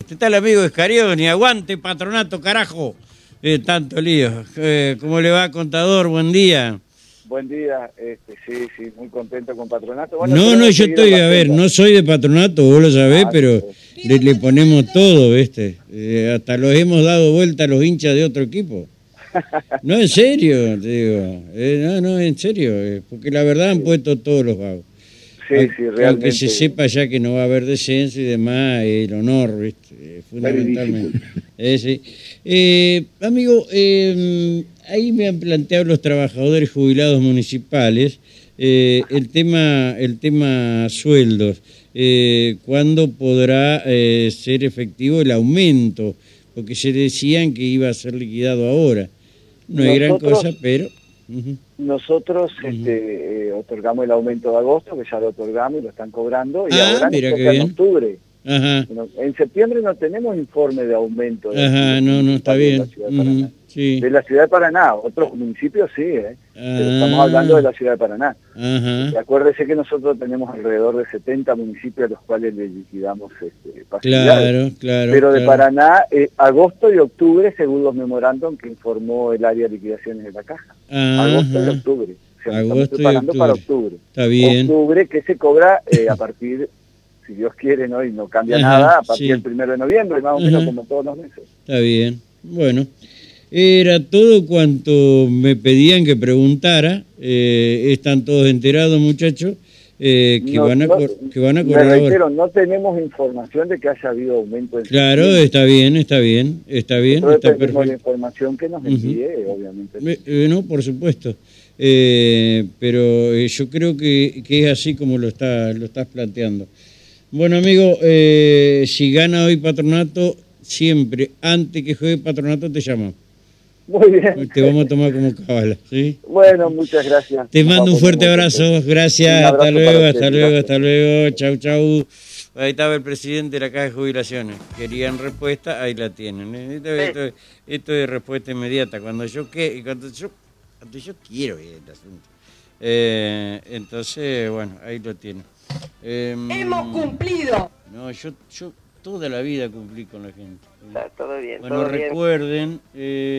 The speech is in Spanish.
Está el amigo Escarioni, aguante Patronato, carajo. Tanto lío. ¿Cómo le va, contador? Buen día. Buen día, sí, muy contento con Patronato. Bueno, No, yo estoy, a ver, no soy de Patronato, vos lo sabés, pero le ponemos todo, ¿viste? Hasta los hemos dado vuelta a los hinchas de otro equipo. No, en serio, te digo. No, en serio, porque la verdad han puesto todos los vagos. Sí, realmente. Aunque se sepa ya que no va a haber descenso y demás, el honor, ¿viste? Fundamentalmente. Sí. Amigo, ahí me han planteado los trabajadores jubilados municipales el tema sueldos. ¿Cuándo podrá ser efectivo el aumento? Porque se decían que iba a ser liquidado ahora. No hay gran cosa, pero... Nosotros otorgamos el aumento de agosto, que ya lo otorgamos y lo están cobrando, y ahora nos toca en octubre. Ajá. En septiembre no tenemos informe de aumento. No, está bien. De la ciudad de Paraná, otros municipios sí, pero estamos hablando de la ciudad de Paraná. Y acuérdese que nosotros tenemos alrededor de 70 municipios a los cuales le liquidamos facilidades. Claro. Pero de Paraná, agosto y octubre, según los memorándum que informó el área de liquidaciones de la Caja. Agosto y octubre. O sea, estamos preparando para octubre. Está bien. Octubre que se cobra a partir, si Dios quiere, ¿no? Y no cambia nada, a partir del 1 de noviembre, más o menos como todos los meses. Está bien. Bueno. Era todo cuanto me pedían que preguntara. Están todos enterados, muchachos, que van a cobrar. Me reitero, no tenemos información de que haya habido aumento en Claro, está bien. Está perfecto. La información que nos envíe, obviamente. No, por supuesto. Pero yo creo que es así como lo estás planteando. Bueno, amigo, si gana hoy Patronato, siempre, antes que juegue Patronato, te llamamos. Muy bien. Te vamos a tomar como cabala, ¿sí? Bueno, muchas gracias. Te mando un fuerte abrazo, gracias, hasta luego, chau. Ahí estaba el presidente de la Caja de Jubilaciones. Querían respuesta, ahí la tienen. Esto es respuesta inmediata. Cuando yo quiero el asunto. Entonces, bueno, ahí lo tienen. ¡Hemos cumplido! No, yo toda la vida cumplí con la gente. Está todo bien. Bueno, recuerden...